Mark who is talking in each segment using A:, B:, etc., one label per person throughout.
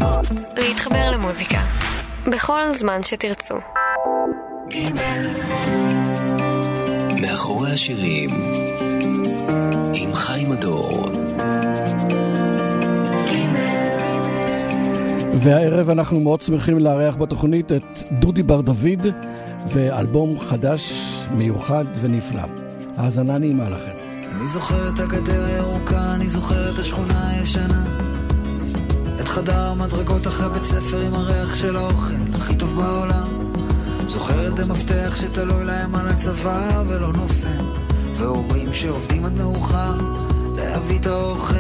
A: להתחבר למוזיקה בכל זמן שתרצו.
B: מאחורי השירים עם חיים הדור.
C: והערב אנחנו מאוד שמחים לארח בתוכנית את דודי בר דוד ואלבום חדש מיוחד ונפלא. האזנה נעימה לכם.
D: אני זוכר את הגדר הירוקה, אני זוכר את השכונה הישנה, את חדר המדרגות אחרי בית ספר עם הריח של האוכל הכי טוב בעולם. זוכר את המפתח שתלוי להם על הצבא ולא נופל, והורים שעובדים עד מאוחר להביא את האוכל.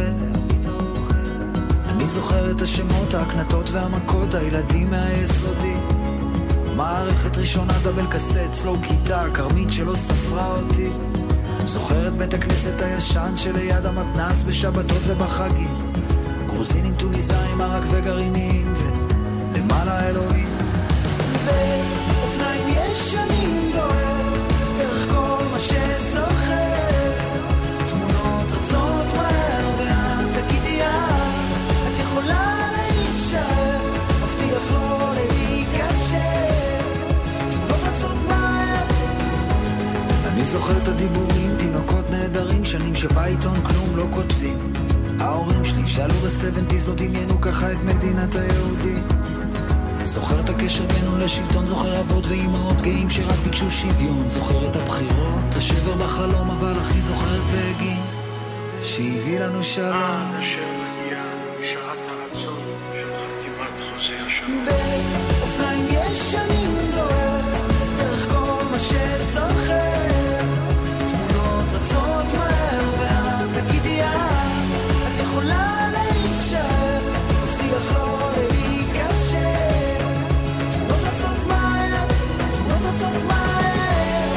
D: אני זוכר את השמות, ההקנטות והמכות, הילדים מהיסודי, מערכת ראשונה דבל קסט, סלו כיתה, קרמית שלא ספרה אותי. זוכר את בית הכנסת הישן שליד המתנס בשבתות ובחגים, גרוזינים טוניסאים, מרק וגרעינים, ולמעלה אלוהים. באופניים ישנים דוהר דרך כל מה שזוכר, תמונות רצות מהר ואת תגידי את יכולה להישאר, מבטיח לא להיקשר, תמונות רצות מהר. אני זוכר את הדיבורים, תינוקות נהדרים, שנים שבעיתון כלום לא כותבים. ההורים שלי שאלו ב-70s לא דמיינו ככה את מדינת היהודי. זוכר את הקשר בינו לשלטון, זוכר אבות ואימהות גאים שרק ביקשו שוויון. זוכר את הבחירות, השבר בחלום, אבל הכי זוכר את בגין שהביא לנו שלום.
E: אשר מגיעה שעת הרצון של חתימת חוזה השלום.
D: באופניים ישנים דוהר דרך כל מה שזוכר, תמונות רצות מהר ואת תגידי את יכולה להישאר, מבטיח לא להיקשר, תמונות רצות מהר, תמונות רצות מהר.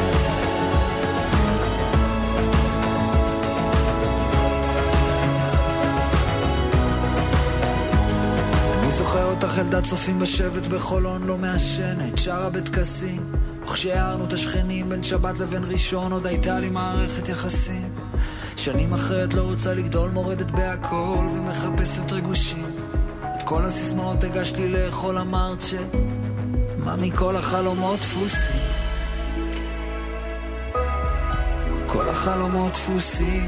D: אני זוכר אותך ילדה צופים בשבט בחולון, לא מעשנת, שרה בטקסים, וכשהערנו את השכנים בין שבת לבין ראשון עוד הייתה לי מערכת יחסים. שנים אחרת לא רוצה לגדול, מורדת בהכל ומחפשת ריגושים. את כל הסיסמאות הגשתי לאכול, אמרת מה מכל החלומות דפוסים, כל החלומות דפוסים.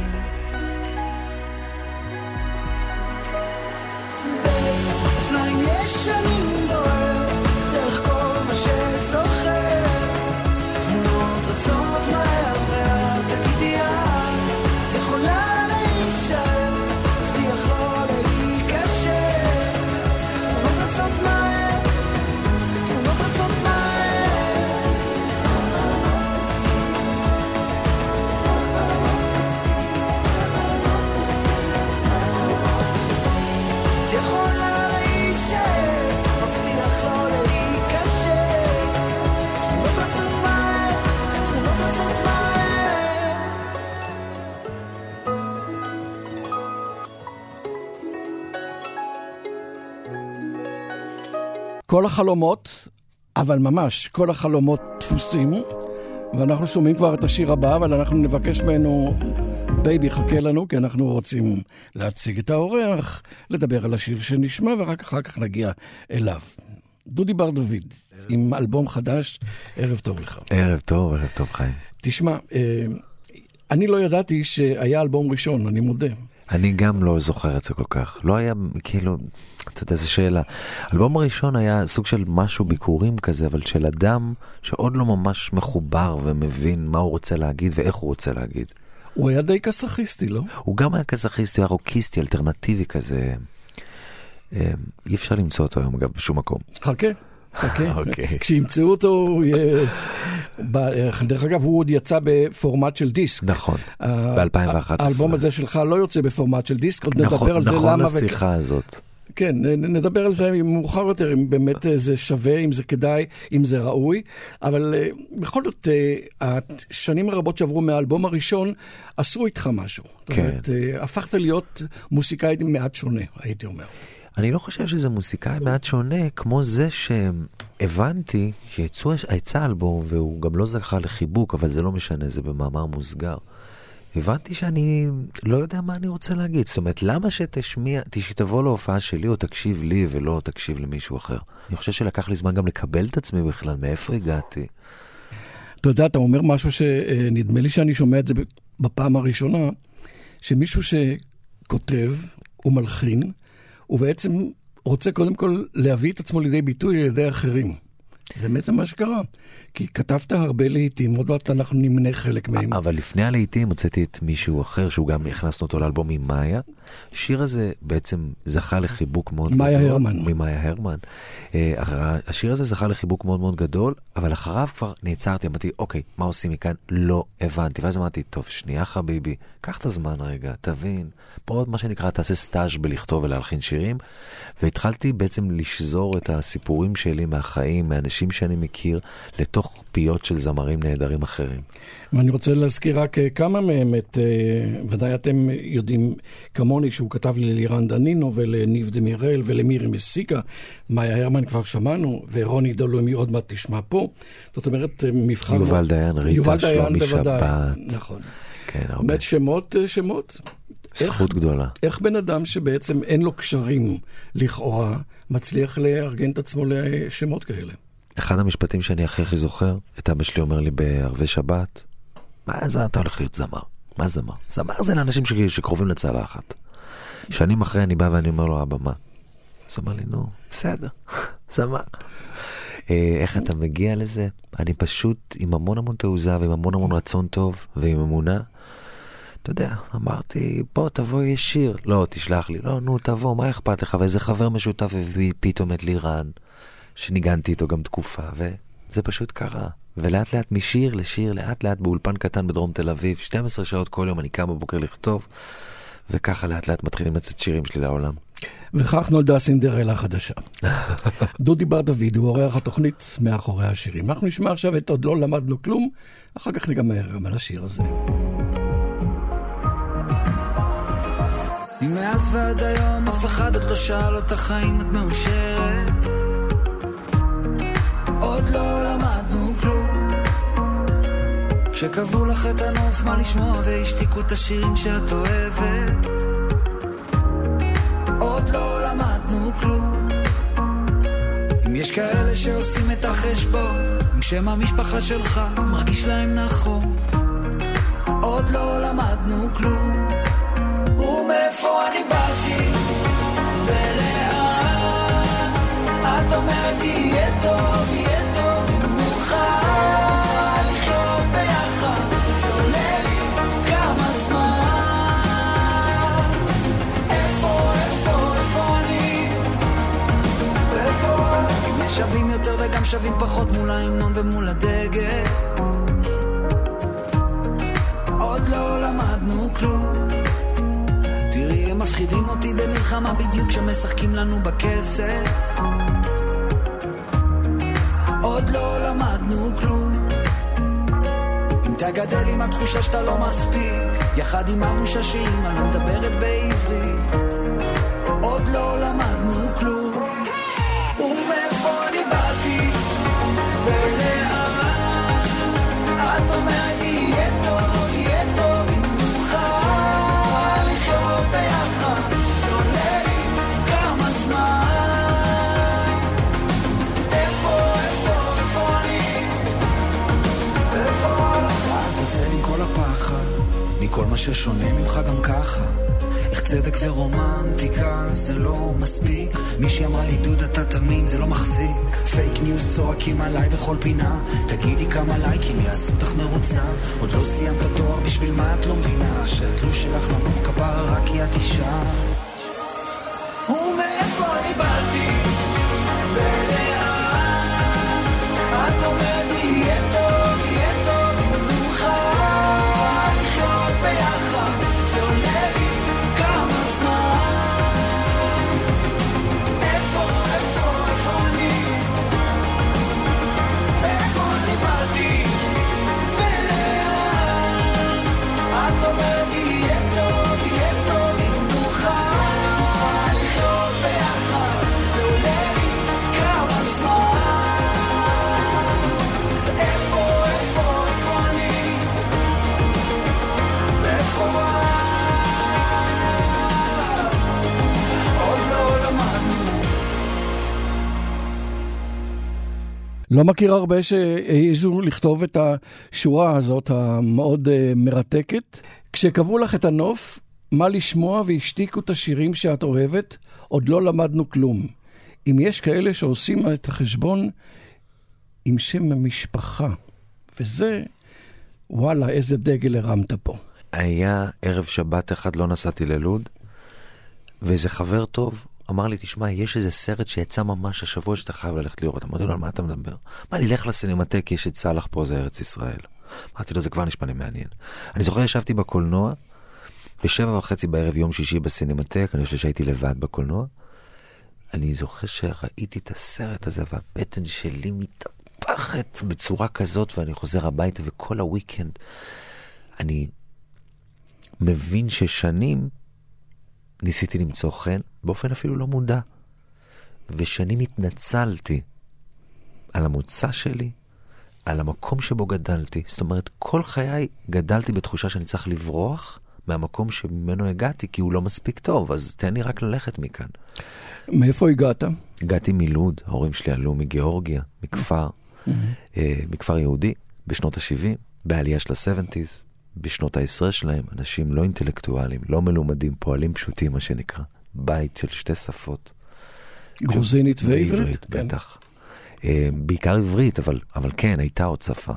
D: באופניים ישנים דוהר דרך כל מה שזוכר, תמונות רצות מהר ואת תגידי את יכולה להישאר, מבטיח לא להיקשר, תמונות רצות מהר, תמונות רצות מהר. את יכולה להישאר, מבטיח לא להיקשר, תמונות רצות מהר, תמונות רצות מהר.
C: כל החלומות, אבל ממש כל החלומות דפוסים, ואנחנו שומעים כבר את השיר הבא, אבל אנחנו נבקש ממנו, בייבי חכה לנו, כי אנחנו רוצים להציג את האורח, לדבר על השיר שנשמע, ורק אחר כך נגיע אליו. דודי בר דוד, עם אלבום חדש, ערב טוב לך.
F: ערב טוב חיים.
C: תשמע, אני לא ידעתי שהיה אלבום ראשון, אני מודה.
F: אני גם לא זוכר את זה כל כך. לא היה, כאילו, אתה יודע, זו שאלה. האלבום הראשון היה סוג של משהו ביקורים כזה, אבל של אדם שעוד לא ממש מחובר ומבין מה הוא רוצה להגיד ואיך הוא רוצה להגיד.
C: הוא היה די קסאכיסטי, לא?
F: הוא גם היה קסאכיסטי, הוא היה רוקיסטי, אלטרנטיבי כזה. אי אפשר למצוא אותו היום, אגב, בשום מקום.
C: חכה. כשימצאו אותו, הוא יהיה... דרך אגב, הוא עוד יצא בפורמט של דיסק.
F: נכון, ב-2011.
C: האלבום הזה שלך לא יוצא בפורמט של דיסק, עוד נדבר על זה למה...
F: נכון לשיחה הזאת.
C: כן, נדבר על זה מאוחר יותר, אם באמת זה שווה, אם זה כדאי, אם זה ראוי, אבל בכל זאת, השנים הרבות שעברו מהאלבום הראשון, עשו איתך משהו.
F: כן.
C: זאת אומרת, הפכת להיות מוסיקאי מעט שונה, הייתי אומר.
F: אני לא חושב שזה מוסיקאי מעט שונה, כמו זה שהבנתי שיצא אלבום, והוא גם לא זכה לחיבוק, אבל זה לא משנה, זה במאמר מוסגר. הבנתי שאני לא יודע מה אני רוצה להגיד. זאת אומרת, למה שתבוא להופעה שלי או תקשיב לי ולא תקשיב למישהו אחר? אני חושב שלקח לי זמן גם לקבל את עצמי בכלל, מאיפה הגעתי.
C: אתה יודע, אתה אומר משהו שנדמה לי שאני שומע את זה בפעם הראשונה, שמישהו שכותב ומלחין, הוא בעצם רוצה קודם כל להביא את עצמו לידי ביטוי על ידי אחרים. זה בעצם מה שקרה. כי כתבת הרבה לעיתים, עוד מעט אנחנו נמנה חלק מהם.
F: אבל לפני הלעיתים הוצאתי את מישהו אחר, שהוא גם הכנסנו אותו לאלבום עם מאיה. השיר הזה בעצם זכה לחיבוק מאוד גדול.
C: מאיה הרמן.
F: ממאיה הרמן. השיר הזה זכה לחיבוק מאוד מאוד גדול, אבל אחריו כבר נעצרתי, אמרתי, אוקיי, מה עושים מכאן? לא הבנתי. ואז אמרתי, טוב, שנייה חביבי, קח את הזמן רגע, תבין. פה עוד מה שנקרא, תעשה סטאז' בלכתוב ולהלחין שירים, והתחלתי בעצם לשזור את הסיפורים שלי מהחיים, מאנשים שאני מכיר, לתוך פיות של זמרים נהדרים אחרים.
C: ואני רוצה להזכיר רק כמה מהם, ודאי אתם יודעים כמוני, שהוא כתב ללירן דנינו ולניב דמירל ולמירי מסיקה, מאיה הרמן כבר שמענו, ורוני דולומי עוד מעט תשמע פה. זאת אומרת, מבחר...
F: יובל דיין, ריטה, שלומי שבת.
C: נכון.
F: כן, הרבה.
C: באמת שמות.
F: זכות גדולה.
C: איך בן אדם שבעצם אין לו קשרים לכאורה, מצליח לארגן את עצמו לשמות כאלה?
F: אחד המשפטים שאני הכי זוכר, את אבא שלי אומר לי בערבי שבת, מה זה אתה הולך להיות זמר? מה זמר? זמר זה לאנשים שקרובים לצלחת. שנים אחרי אני בא ואני אומר לו, אבא, מה? אז הוא אומר לי, נו, בסדר, זמר. איך אתה מגיע לזה? אני פשוט עם המון המון תעוזה ועם המון המון רצון טוב ועם אמונה. אתה יודע, אמרתי, בוא תבוא ישיר. לא, תשלח לי. לא, נו, תבוא, מה אכפת לך? ואיזה חבר משותף הביא פתאום את לירן, שניגנתי איתו גם תקופה, וזה פשוט קרה. ולאט לאט משיר לשיר, לאט לאט באולפן קטן בדרום תל אביב, 12 שעות כל יום אני קם בבוקר לכתוב, וככה לאט לאט מתחילים לצאת שירים שלי לעולם.
C: וכך נולדה סינדרלה החדשה. דודי בר דוד הוא אורח התוכנית מאחורי השירים. אנחנו נשמע עכשיו את עוד לא למדנו כלום, אחר כך נגמר גם על השיר הזה.
D: מאז ועד היום אף אחד עוד לא שאל אותך האם את מאושרת. עוד לא למדנו כלום. כשקבעו לך את הנוף מה לשמוע והשתיקו את השירים שאת אוהבת. עוד לא למדנו כלום. אם יש כאלה שעושים את החשבון עם שם המשפחה שלך מרגיש להם נכון. עוד לא למדנו כלום. ומאיפה אני באתי ולאן את אומרת יהיה טוב אם נוכל לחיות ביחד. זה עולה לי כמה זמן. איפה אני שווים יותר וגם שווים פחות מול ההמנון ומול הדגל. עוד לא למדנו כלום. תראי, הם מפחידים אותי במלחמה בדיוק שמשחקים לנו בכסף. עוד לא למדנו כלום. אם תגדל עם התחושה שאתה לא מספיק, יחד עם הבושה שאימא לא מדברת בעברית. עוד לא למדנו כלום. ומאיפה אני באתי ולאן את אומרת יהיה טוב אם נוכל לחיות ביחד. זה עולה לי כמה זמן. איפה אני אז עשה לי כל הפחד מכל מה ששונה ממך גם ככה. איך צדק ורומנטיקה זה לא מספיק. מישהי אמרה לי דוד אתה תמים זה לא מחזיק. פייק ניוז צועקים עליי בכל פינה. תגידי כמה לייקים יעשו אותך מרוצה. עוד לא סיימת תואר בשביל מה את לא מבינה שהתלוש שלך נמוך כפרה רק כי את אישה. ומאיפה אני באתי ולאן את אומרת יהיה טוב אם נוכל לחיות ביחד. זה עולה לי כמה זמן. איפה אני באתי ולאן את אומרת יהיה טוב אם נוכל
C: לא מכיר הרבה שהעיזו לכתוב את השורה הזאת המאוד מרתקת. כשקבעו לך את הנוף, מה לשמוע והשתיקו את השירים שאת אוהבת, עוד לא למדנו כלום. אם יש כאלה שעושים את החשבון עם שם המשפחה, וזה, וואלה, איזה דגל הרמת פה.
F: היה ערב שבת אחד, לא נסעתי ללוד, ואיזה חבר טוב אמר לי, תשמע, יש איזה סרט שיצא ממש השבוע שאתה חייב ללכת לראות. אמרתי לו, על מה אתה מדבר? מה, אני אלך לסינמטק, יש את סלח פה, זה ארץ ישראל. אמרתי לו, זה כבר נשמע לי מעניין. אני זוכר, ישבתי בקולנוע, ב7:30 בערב יום שישי בסינמטק, אני חושב שהייתי לבד בקולנוע. אני זוכר שראיתי את הסרט הזה, והבטן שלי מתהפכת בצורה כזאת, ואני חוזר הביתה, וכל הוויקנד, אני מבין ששנים ניסיתי למצוא חן, באופן אפילו לא מודע. ושנים התנצלתי על המוצא שלי, על המקום שבו גדלתי. זאת אומרת, כל חיי גדלתי בתחושה שאני צריך לברוח מהמקום שממנו הגעתי, כי הוא לא מספיק טוב, אז תן לי רק ללכת מכאן.
C: מאיפה הגעת?
F: הגעתי מלוד, ההורים שלי עלו מגיאורגיה, מכפר יהודי, בשנות ה-70, בעלייה של ה-70s, בשנות ה-10 שלהם, אנשים לא אינטלקטואלים, לא מלומדים, פועלים פשוטים, מה שנקרא. בית של שתי שפות.
C: גרוזינית ועברית?
F: בטח. בעיקר עברית, אבל כן, הייתה עוד שפה.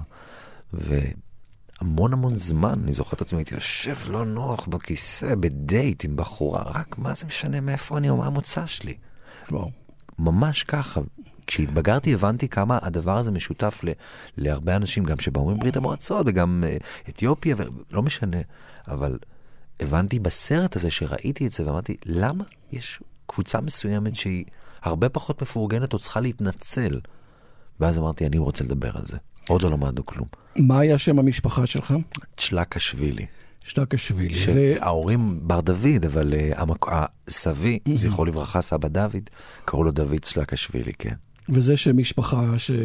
F: והמון המון זמן, אני זוכר את עצמי, הייתי יושב לא נוח בכיסא, בדייט עם בחורה, רק מה זה משנה מאיפה אני או מה המוצא שלי.
C: וואו.
F: ממש ככה. כשהתבגרתי הבנתי כמה הדבר הזה משותף להרבה אנשים, גם שבאו מברית המועצות וגם אתיופיה, ולא משנה. אבל הבנתי בסרט הזה שראיתי את זה, ואמרתי, למה יש קבוצה מסוימת שהיא הרבה פחות מפורגנת או צריכה להתנצל? ואז אמרתי, אני רוצה לדבר על זה. עוד לא למדנו כלום.
C: מה היה שם המשפחה שלך?
F: צ'לקשווילי.
C: צ'לקשווילי.
F: שההורים בר דוד, אבל סבי, זכרו לברכה, סבא דוד, קראו לו דוד צ'לקשווילי, כן.
C: וזה שמשפחה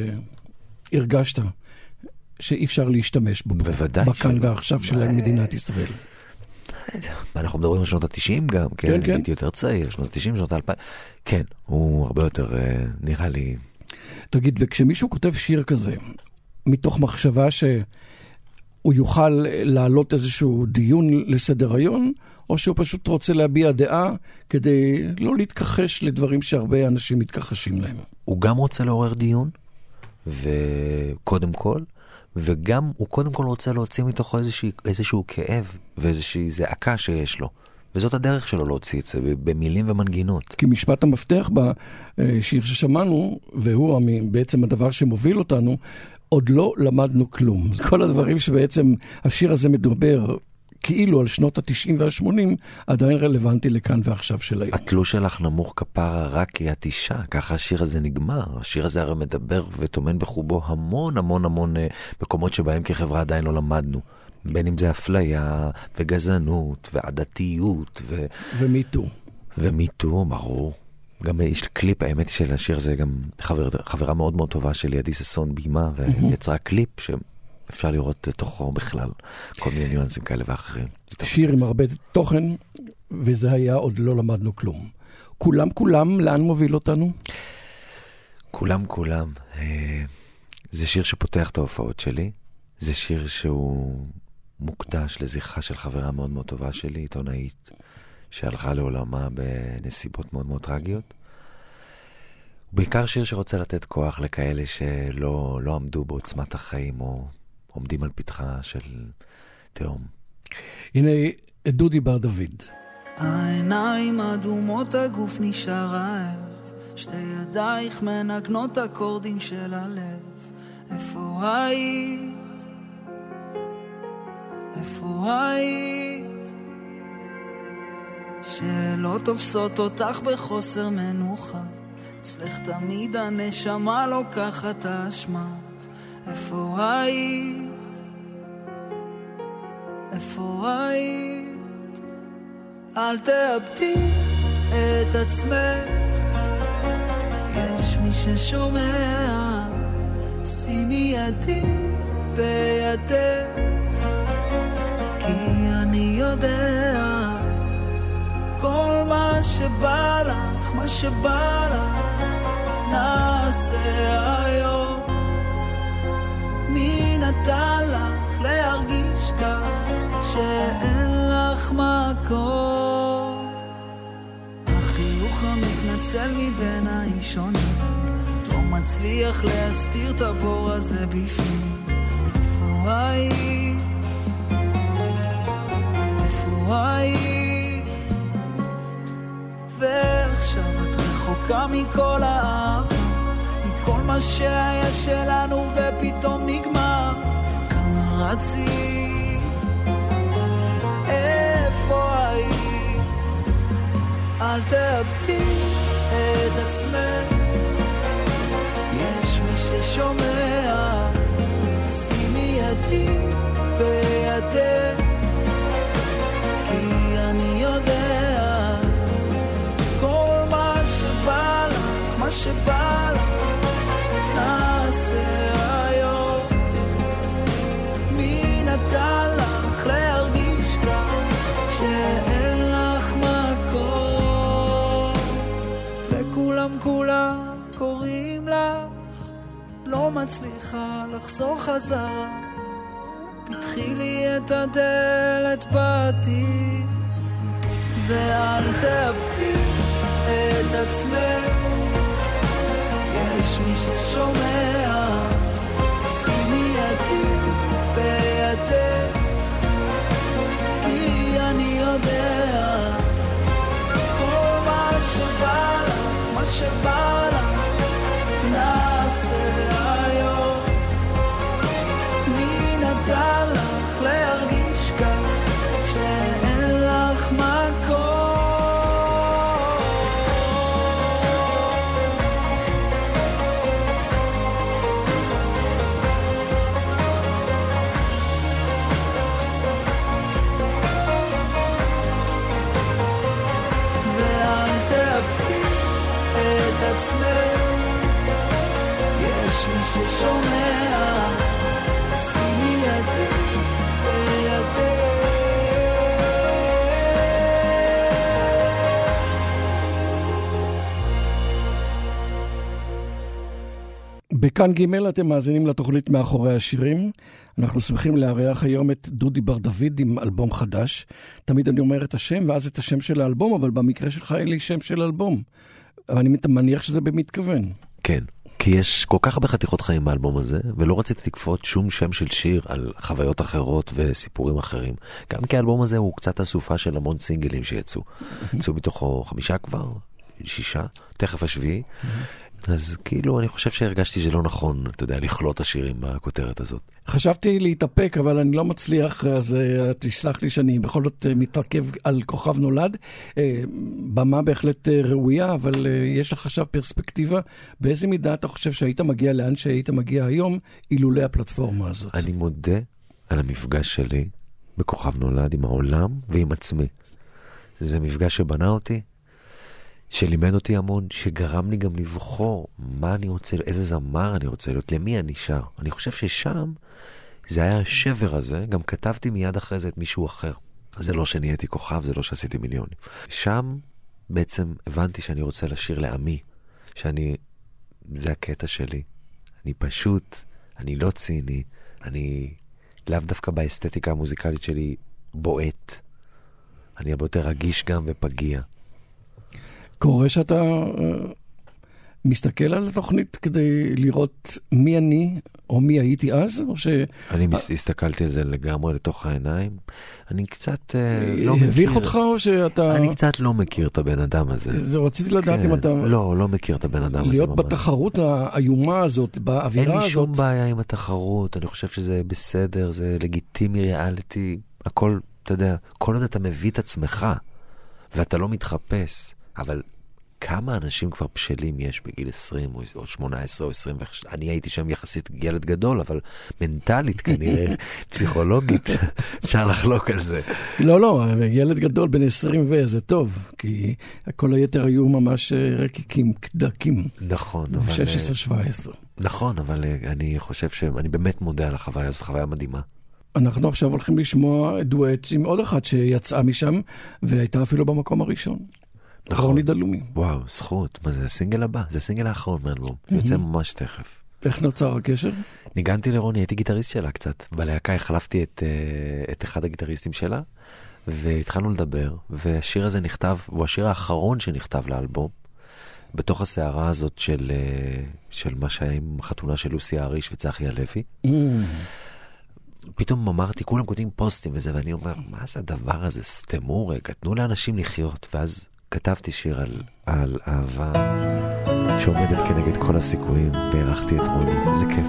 C: שהרגשת שאי אפשר להשתמש בו.
F: בוודאי.
C: בכאן ועכשיו של מדינת ישראל.
F: אנחנו מדברים על שנות ה-90 גם, כן? הייתי יותר צעיר, שנות ה-90, שנות ה-2000. כן, הוא הרבה יותר, נראה לי...
C: תגיד, וכשמישהו כותב שיר כזה, מתוך מחשבה שהוא יוכל להעלות איזשהו דיון לסדר היום, או שהוא פשוט רוצה להביע דעה כדי לא להתכחש לדברים שהרבה אנשים מתכחשים להם?
F: הוא גם רוצה לעורר דיון, וקודם כל, וגם הוא קודם כל רוצה להוציא מתוכו איזשהו כאב, ואיזושהי זעקה שיש לו. וזאת הדרך שלו להוציא את זה, במילים ומנגינות.
C: כי משפט המפתח בשיר ששמענו, והוא בעצם הדבר שמוביל אותנו, עוד לא למדנו כלום. כל הדברים שבעצם השיר הזה מדבר, כאילו על שנות ה-90 וה-80, עדיין רלוונטי לכאן ועכשיו של היום.
F: התלוש שלך נמוך כפרה רק כי את אישה, ככה השיר הזה נגמר. השיר הזה הרי מדבר וטומן בחובו המון המון המון מקומות שבהם כחברה עדיין לא למדנו. בין אם זה אפליה וגזענות ועדתיות
C: ומיטו.
F: ומיטו, ברור. גם יש קליפ, האמת היא של השיר הזה, גם חברה מאוד מאוד טובה שלי, עדי ששון, בימה, ויצרה קליפ שאפשר לראות תוכו בכלל, כל מיני ניואנסים כאלה ואחרים.
C: שיר עם הרבה תוכן, וזה היה עוד לא למדנו כלום. כולם, לאן מוביל אותנו?
F: כולם. זה שיר שפותח את ההופעות שלי. זה שיר שהוא מוקדש לזכרה של חברה מאוד מאוד טובה שלי, עיתונאית, שהלכה לעולמה בנסיבות מאוד מאוד טרגיות. בעיקר שיר שרוצה לתת כוח לכאלה שלא עמדו בעוצמת החיים, או עומדים על פתחה של תהום.
C: הנה, דודי בר דוד.
D: העיניים אדומות, הגוף נשאר רעב, שתי ידייך מנגנות אקורדים של הלב. איפה היית? איפה היית? שלא תופסות אותך בחוסר מנוחה, אצלך תמיד הנשמה לוקחת האשמה. איפה היית? איפה היית? אל תאבדי את עצמך, יש מי ששומע, שימי ידי בידך, כי אני יודע כל מה שבא לך, מה שבא לך נעשה היום. מי נתן לך להרגיש כך שאין לך מקום? החיוך המתנצל מבין האישונים לא מצליח להסתיר את הבור הזה בפנים. איפה היית? איפה היית? ועכשיו את רחוקה מכל האהבה, מכל מה שהיה שלנו ופתאום נגמר. כמה רצית? איפה היית? אל תאבדי את עצמך, יש מי ששומע. שימי ידי בידך, כי אני יודע כל מה שבא לך, מה שבא לך נעשה היום. מי נתן לך להרגיש כך שאין לך מקום? וכולם קוראים לך, לא מצליחה לחזור חזרה. פתחי לי את הדלת באתי, ואל תאבדי את עצמך, יש מי ששומע. שימי ידי בידך, כי אני יודע כל מה שבא לך, מה שבא לך נעשה היום. מי נתן לך להרגיש כך שאין לך מקום? ואל תאבדי את עצמך, יש מי ששומע. שימי ידי בידך.
C: בכאן ג' אתם מאזינים לתוכנית מאחורי השירים. אנחנו שמחים לארח היום את דודי בר דוד עם אלבום חדש. תמיד אני אומר את השם ואז את השם של האלבום, אבל במקרה שלך אין לי שם של אלבום. אני מניח שזה במתכוון.
F: כן, כי יש כל כך הרבה חתיכות חיים באלבום הזה, ולא רציתי לקפות שום שם של שיר על חוויות אחרות וסיפורים אחרים. גם כי האלבום הזה הוא קצת אסופה של המון סינגלים שיצאו. יצאו מתוכו 5 כבר, 6, תכף השביעי. אז כאילו אני חושב שהרגשתי שלא נכון, אתה יודע, לכלות השירים בכותרת הזאת.
C: חשבתי להתאפק, אבל אני לא מצליח, אז תסלח לי שאני בכל זאת מתרכב על כוכב נולד. במה בהחלט ראויה, אבל יש לך עכשיו פרספקטיבה. באיזה מידה אתה חושב שהיית מגיע לאן שהיית מגיע היום, אילולי הפלטפורמה הזאת?
F: אני מודה על המפגש שלי בכוכב נולד עם העולם ועם עצמי. זה מפגש שבנה אותי, שלימד אותי המון, שגרם לי גם לבחור מה אני רוצה, איזה זמר אני רוצה להיות, למי אני שר. אני חושב ששם זה היה השבר הזה, גם כתבתי מיד אחרי זה את מישהו אחר. זה לא שנהייתי כוכב, זה לא שעשיתי מיליונים. שם בעצם הבנתי שאני רוצה לשיר לעמי, זה הקטע שלי. אני פשוט, אני לא ציני, אני לאו דווקא באסתטיקה המוזיקלית שלי בועט. אני הרבה יותר רגיש גם ופגיע.
C: קורה שאתה מסתכל על התוכנית כדי לראות מי אני או מי הייתי אז? או ש...
F: אני הסתכלתי על זה לגמרי לתוך העיניים. אני קצת לא מכיר.
C: הביך אותך או שאתה...
F: אני קצת לא מכיר את הבן אדם הזה.
C: זה רציתי לדעת אם אתה...
F: לא מכיר את הבן אדם הזה.
C: להיות בתחרות האיומה הזאת, באווירה הזאת.
F: אין לי שום בעיה עם התחרות. אני חושב שזה בסדר, זה לגיטימי, ריאליטי. הכל, אתה יודע, כל עוד אתה מביא את עצמך ואתה לא מתחפש. אבל כמה אנשים כבר בשלים יש בגיל 20 או 18 או 20? אני הייתי שם יחסית ילד גדול, אבל מנטלית כנראה, פסיכולוגית, אפשר לחלוק על זה.
C: לא, ילד גדול בן 20 וזה טוב, כי כל היתר היו ממש רקיקים, דקים.
F: נכון.
C: 16-17.
F: נכון, אבל אני חושב שאני באמת מודה על החוויה, זו חוויה מדהימה. אנחנו
C: עכשיו הולכים לשמוע דואט עם עוד אחת שיצאה משם, והייתה אפילו במקום הראשון.
F: נכון.
C: רוני דלומי.
F: וואו, זכות. מה זה הסינגל הבא? זה הסינגל האחרון מהאלבום. יוצא ממש תכף.
C: איך נוצר הקשר?
F: ניגנתי לרוני, הייתי גיטריסט שלה קצת. בלהקה החלפתי את אחד הגיטריסטים שלה, והתחלנו לדבר, והשיר הזה נכתב, הוא השיר האחרון שנכתב לאלבום, בתוך הסערה הזאת של מה שהיה עם חתונה של לוסי אריש וצחי הלוי. פתאום אמרתי, כולם כותבים פוסטים וזה, ואני אומר, מה זה הדבר הזה? סתמו רגע, תנו לאנשים לחיות. ואז כתבתי שיר על אהבה שעומדת כנגד כל הסיכויים, והערכתי את רוני. איזה כיף.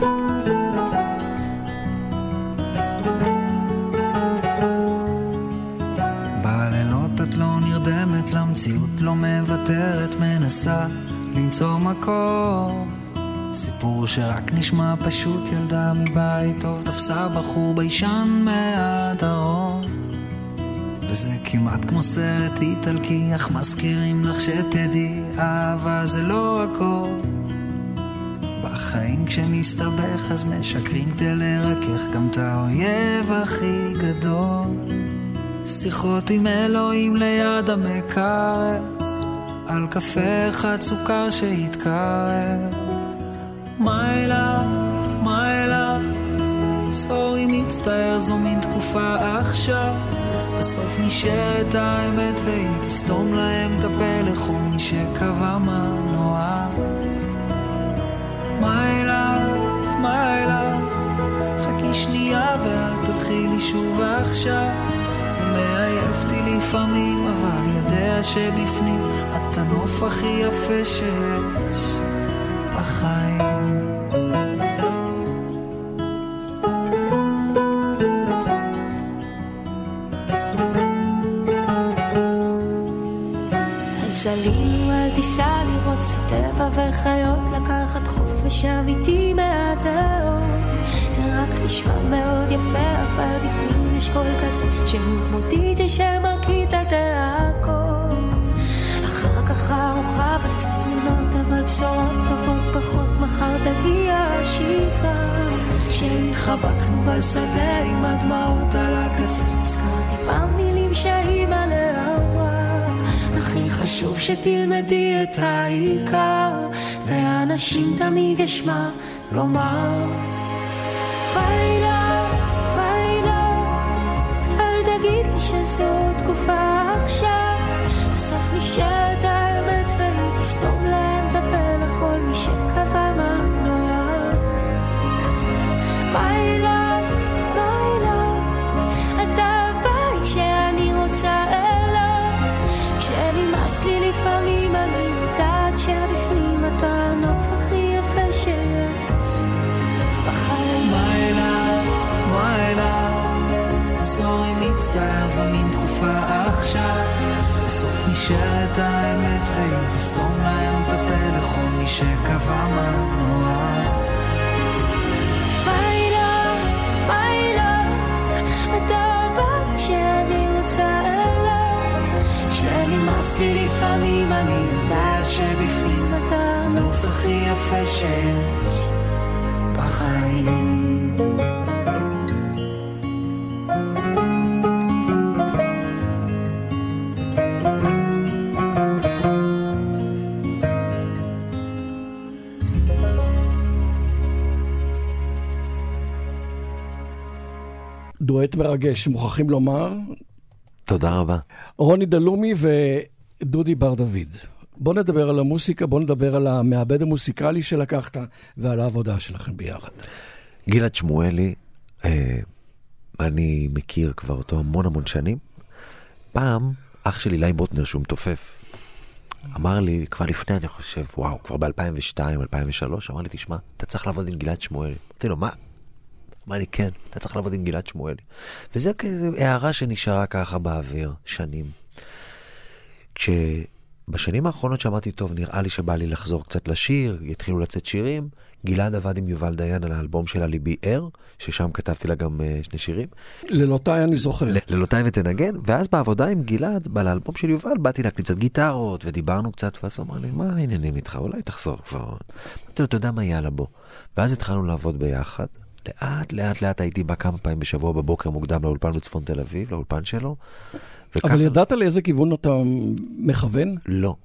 D: בלילות את לא נרדמת, למציאות לא מוותרת, מנסה למצוא מקום. סיפור שרק נשמע פשוט, ילדה מבית טוב תפסה בחור בישן מהדרום, וזה כמעט כמו סרט איטלקי, אך מזכירים לך שתדעי, אהבה זה לא הכל. בחיים כשמסתבך אז משקרים כדי לרכך גם את האויב הכי גדול. שיחות עם אלוהים ליד המקרר, על קפה אחד סוכר שהתקרר. My love, sorry מצטער, זו מין תקופה עכשיו, בסוף נשארת האמת והיא תסתום להם את הפה לכל מי שקבע מה נוער. My love, חכי שנייה ואל תלכי לי שוב עכשיו, זה מעייף אותי לפעמים, אבל יודע שבפנים את הנוף הכי יפה שיש בחיים.
G: אז עלינו אל תיסע לראות סטבע וחיות, לקחת חופש אמיתי מהדעות. זה רק נשמע מאוד יפה, אבל בפנים יש קול כזה שהוא כמו די-ג'יי שמרקיד את הדאגות. אחר כך ארוחה וקצת תמונות, אבל בשורות טובות פחות, מחר תגיע השיקה. שהתחבקנו בשדה עם הדמעות על הקצה, הזכרתי פעם מילים שהאימא אמרה, הכי חשוב שתלמדי את העיקר, לאנשים תמיד יש מה לומר. ביי אל תגיד לי שזו תקופה עכשיו, בסוף נשארת האמת והיא תסתום להם את הפה לכל מי שקבע מה נועד. ביי אתה הבית שאני רוצה אליו, כשנמאס לי לפעמים אני יודעת שבפנים אתה הנוף הכי יפה שיש בחיים.
D: My love, זורי מצטער, זו מין תקופה עכשיו, בסוף נשארת האמת והיא תסתום להם את הפה לכל מי שקבע מה נועד.
G: My love, אתה הבית שאני רוצה אליו, כשנמאס לי לפעמים אני יודע שבפנים אתה הנוף הכי יפה שיש בחיים.
C: דואט מרגש, מוכרחים לומר.
F: תודה רבה.
C: רוני דלומי ודודי בר דוד. בוא נדבר על המוסיקה, בוא נדבר על המעבד המוסיקלי שלקחת ועל העבודה שלכם ביחד.
F: גלעד שמואלי, אני מכיר כבר אותו המון שנים. פעם, אח שלי לי בוטנר שהוא מתופף, אמר לי, כבר לפני אני חושב, וואו, כבר ב-2002, 2003, אמר לי, תשמע, אתה צריך לעבוד עם גלעד שמואלי. אמרתי לו, מה? אמר לי, כן, אתה צריך לעבוד עם גלעד שמואלי. וזה כזה הערה שנשארה ככה באוויר, שנים. כשבשנים האחרונות שאמרתי, טוב, נראה לי שבא לי לחזור קצת לשיר, יתחילו לצאת שירים, גלעד עבד עם יובל דיין על האלבום שלה ליבי ער, ששם כתבתי לה גם שני שירים.
C: לילותיי אני זוכר.
F: לילותיי ותנגן, ואז בעבודה עם גלעד, באלבום של יובל, באתי לה קצת גיטרות, ודיברנו קצת, ואז אמר לי, מה העניינים איתך? אולי תחזור כבר. אמרתי לו, אתה יודע מה יאללה בו. ואז התחלנו לעבוד ביחד. לאט הייתי בא כמה פעמים בשבוע בבוקר מוקדם לאולפן בצפון תל אביב, לאולפן שלו.
C: אבל ידעת לאיזה כיוון אתה מכוון?
F: לא.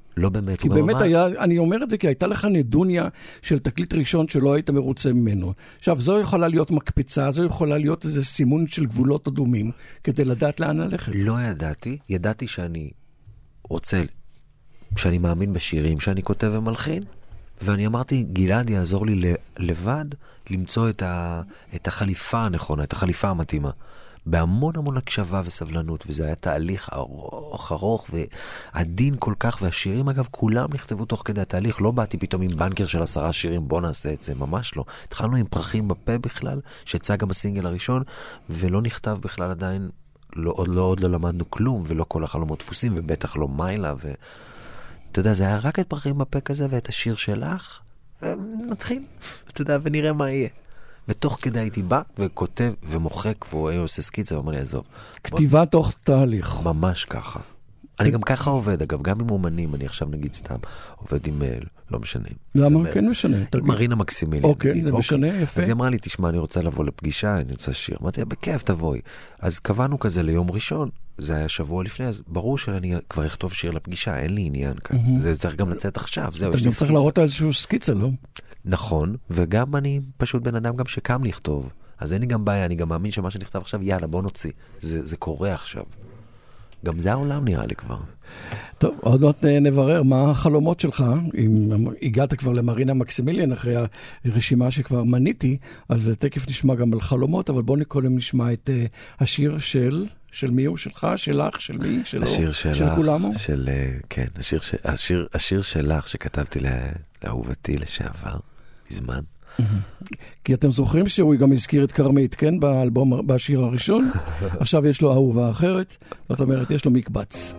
F: לא באמת.
C: כי באמת היה, אני אומר את זה כי הייתה לך נדוניה של תקליט ראשון שלא היית מרוצה ממנו. עכשיו, זו יכולה להיות מקפיצה, זו יכולה להיות איזה סימון של גבולות אדומים, כדי לדעת לאן ללכת.
F: לא ידעתי, ידעתי שאני רוצה, שאני מאמין בשירים שאני כותב ומלחין, ואני אמרתי, גלעד יעזור לי לבד למצוא את החליפה הנכונה, את החליפה המתאימה. בהמון המון הקשבה וסבלנות, וזה היה תהליך ארוך ועדין כל כך, והשירים אגב כולם נכתבו תוך כדי התהליך, לא באתי פתאום עם בנקר של 10 שירים, בוא נעשה את זה, ממש לא. התחלנו עם פרחים בפה בכלל, שיצא גם הסינגל הראשון, ולא נכתב בכלל עדיין, עוד לא למדנו כלום, ולא כל החלומות דפוסים, ובטח לא מיילה, אתה יודע, זה היה רק את פרחים בפה כזה, ואת השיר שלך, ונתחיל, אתה יודע, ונראה מה יהיה. ותוך כדי הייתי בא וכותב ומוחק והוא היה עושה סקיצה ואומר לי, עזוב.
C: כתיבה תוך תהליך.
F: ממש ככה. אני גם ככה עובד, אגב, גם עם אומנים, אני עכשיו נגיד סתם עובד עם, לא משנה.
C: למה? כן משנה.
F: מרינה מקסימילי.
C: אוקיי, זה משנה, יפה.
F: אז היא אמרה לי, תשמע, אני רוצה לבוא לפגישה, אני רוצה שיר. אמרתי, בכיף, תבואי. אז קבענו כזה ליום ראשון, זה היה שבוע לפני, אז ברור שאני כבר אכתוב שיר לפגישה, אין לי עניין כאן. זה צריך גם לצאת עכשיו, זהו.
C: אתה גם צריך להראות איזשהו סקיצה, לא?
F: נכון, וגם אני פשוט בן אדם גם שקם לכתוב. אז אין לי גם בעיה, אני גם מאמין שמה שנכתב עכשיו, יאללה, בוא נוציא. זה קורה עכשיו. גם זה העולם נראה לי כבר.
C: טוב, עוד מעט נברר מה החלומות שלך. אם הגעת כבר למרינה מקסימיליאן אחרי הרשימה שכבר מניתי, אז תכף נשמע גם על חלומות, אבל בוא קודם נשמע את השיר של מי הוא? שלך? שלך? של מי? שלו?
F: השיר שלך.
C: של כולנו?
F: כן, השיר שלך שכתבתי לאהובתי לשעבר, בזמן.
C: כי אתם זוכרים שהוא גם הזכיר את קרמית, כן? באלבום, בשיר הראשון. עכשיו יש לו אהובה אחרת. זאת אומרת, יש לו מקבץ.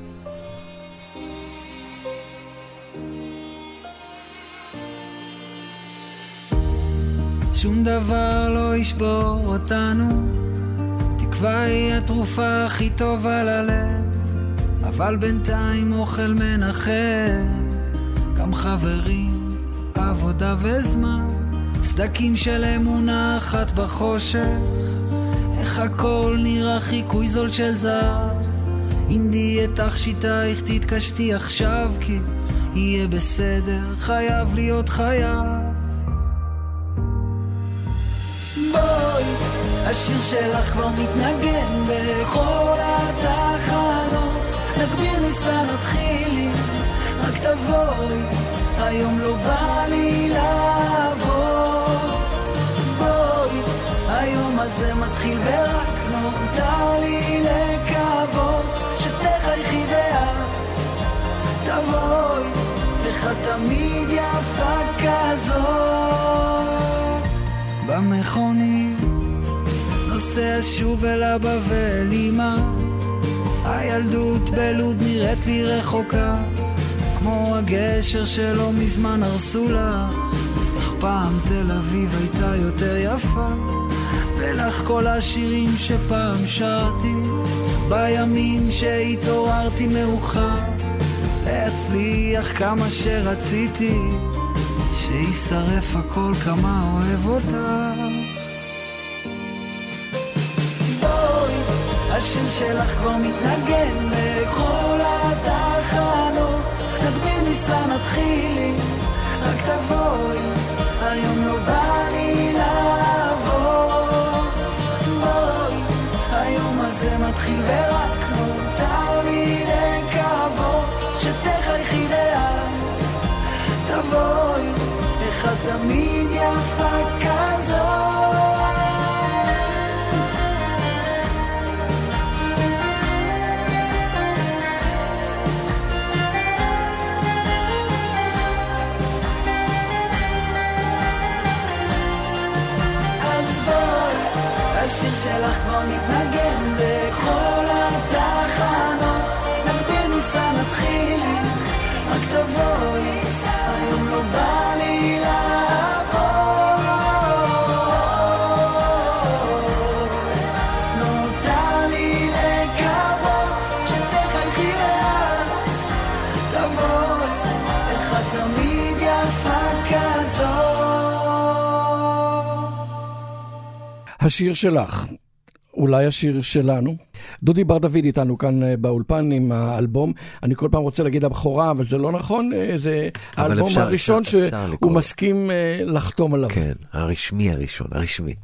D: שום דבר לא ישבור אותנו, תקווה היא התרופה הכי טובה ללב, אבל בינתיים אוכל מנחם, גם חברים, עבודה וזמן, סדקים של אמונה אחת בחושך, איך הכל נראה חיקוי זול של זהב, אינדי את תכשיטייך תתקשתי עכשיו, כי יהיה בסדר, חייב להיות חייב. בואי, השיר שלך כבר מתנגן בכל התחנות, נגביר ניסה נתחילי, רק תבואי, היום לא בא לי לעבור. בואי, היום הזה מתחיל ורק נותר לי לקוות שתחייכי ואז תבואי, לך תמיד יפה כזאת. במכונית נוסע שוב אל אבא ואל אמא, הילדות בלוד נראית לי רחוקה, כמו הגשר שלא מזמן הרסו לה, איך פעם תל אביב הייתה יותר יפה, ולך כל השירים שפעם שרתי בימים שהתעוררתי מאוחר, להצליח כמה שרציתי, שישרף הכל כמה אוהב אותך. בואי, השיר שלך כבר מתנגן בכל התחנות, נגביר ניסה נתחילי, רק תבואי, היום לא בא לי לעבור. בואי, היום הזה מתחיל ורק נותר לי לקוות שתחייכי ואז תבואי, איך תמיד יפה כזאת. אז בואי, השיר שלך כבר מתנגן בכל התחנות, נגביר ניסה נתחילי, רק תבואי, היום לא בא לי לעבור. נותר לי לקוות שתחייכי ואז תבואי, איך תמיד יפה כזאת.
C: השיר שלך, אולי השיר שלנו. דודי בר דוד איתנו כאן באולפן עם האלבום. אני כל פעם רוצה להגיד הבכורה, אבל זה לא נכון. זה האלבום הראשון שהוא מסכים לחתום עליו.
F: כן, הראשון, הרשמי.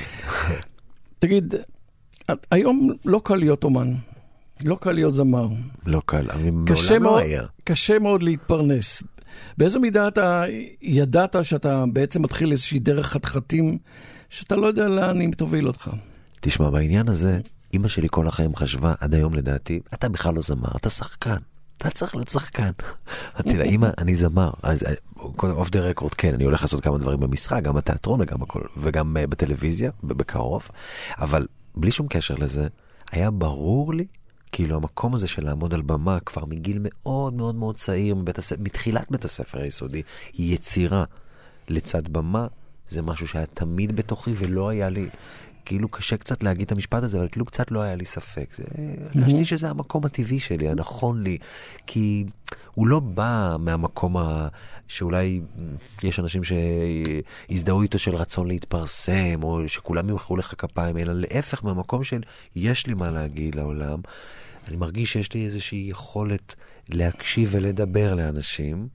C: תגיד, היום לא קל להיות אומן. לא קל להיות זמר.
F: לא קל, אני מעולם לא היה.
C: קשה מאוד להתפרנס. באיזו מידה אתה ידעת שאתה בעצם מתחיל איזושהי דרך חתחתים, שאתה לא יודע לאן היא תוביל אותך?
F: תשמע, בעניין הזה, אמא שלי כל החיים חשבה, עד היום לדעתי, אתה בכלל לא זמר, אתה שחקן. אתה צריך להיות שחקן. אמרתי לה, אמא, אני זמר. אוף דה רקורד, כן, אני הולך לעשות כמה דברים במשחק, גם בתיאטרון וגם בטלוויזיה, בקרוב. אבל בלי שום קשר לזה, היה ברור לי, כאילו המקום הזה של לעמוד על במה, כבר מגיל מאוד מאוד מאוד צעיר, מתחילת בית הספר היסודי, יצירה לצד במה, זה משהו שהיה תמיד בתוכי, ולא היה לי, כאילו קשה קצת להגיד את המשפט הזה, אבל כאילו קצת לא היה לי ספק. הרגשתי שזה המקום הטבעי שלי, הנכון לי, כי הוא לא בא מהמקום שאולי יש אנשים שהזדהו איתו של רצון להתפרסם, או שכולם ימחאו לך כפיים, אלא להפך מהמקום של יש לי מה להגיד לעולם. אני מרגיש שיש לי איזושהי יכולת להקשיב ולדבר לאנשים,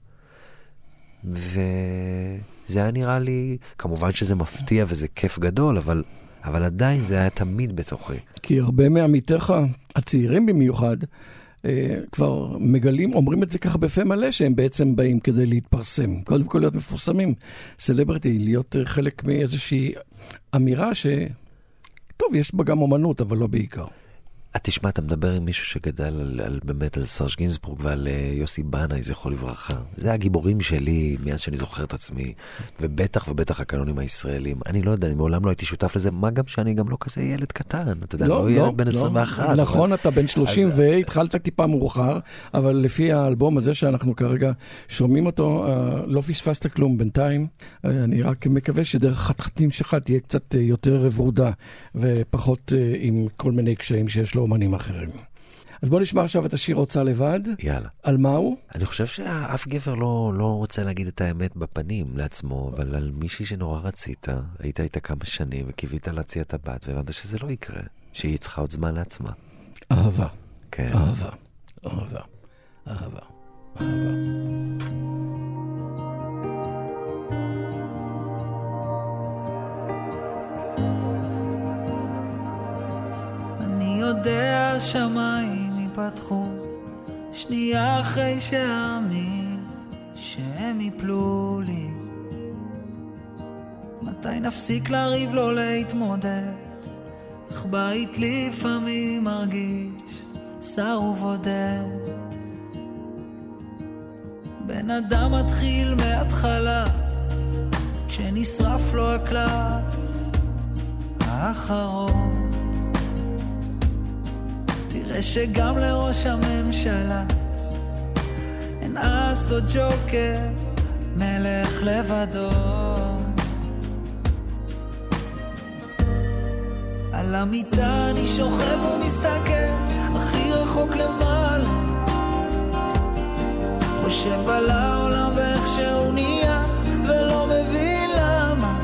F: וזה היה נראה לי, כמובן שזה מפתיע וזה כיף גדול, אבל עדיין זה היה תמיד בתוכי.
C: כי הרבה מעמיתיך, הצעירים במיוחד, כבר מגלים, אומרים את זה ככה בפה מלא, שהם בעצם באים כדי להתפרסם. קודם כל להיות מפורסמים. סלבריטי, להיות חלק מאיזושהי אמירה טוב, יש בה גם אומנות, אבל לא בעיקר.
F: תשמע, אתה מדבר עם מישהו שגדל באמת על סרג' גינסבורג ועל יוסי בנאי, זכרו לברכה. זה הגיבורים שלי מאז שאני זוכר את עצמי, ובטח הקנונים הישראלים. אני לא יודע, אני מעולם לא הייתי שותף לזה, מה גם שאני גם לא כזה ילד קטן. אתה יודע, לא ילד בן 21.
C: נכון, אתה בן 30 והתחלת טיפה מאוחר, אבל לפי האלבום הזה שאנחנו כרגע שומעים אותו, לא פספסת כלום בינתיים. אני רק מקווה שדרך החתחתים שלך תהיה קצת יותר ורודה, ופחות עם כל מיני קשיים שיש לו אומנים אחרים. אז בוא נשמע עכשיו את השיר רוצה לבד.
F: יאללה.
C: על מה הוא?
F: אני חושב שאף גבר לא רוצה להגיד את האמת בפנים לעצמו, אבל על מישהי שנורא רצית, היית איתה כמה שנים וקיווית להציע את הבת, והבנת שזה לא יקרה, שהיא צריכה עוד זמן לעצמה.
C: אהבה.
F: כן.
C: אהבה. אהבה. אהבה. אהבה.
D: אני יודע שמיים ייפתחו שנייה אחרי שאאמין שהם יפלו לי. מתי נפסיק לריב לא להתמודד, אך בית לפעמים מרגיש שר ובודד. בן אדם מתחיל מההתחלה כשנשרף לו הקלף האחרון. תראה שגם לראש הממשלה אין אס או ג'וקר, מלך לבדו. על המיטה אני שוכב ומסתכל הכי רחוק למעלה, חושב על העולם ואיך שהוא נהיה ולא מבין למה.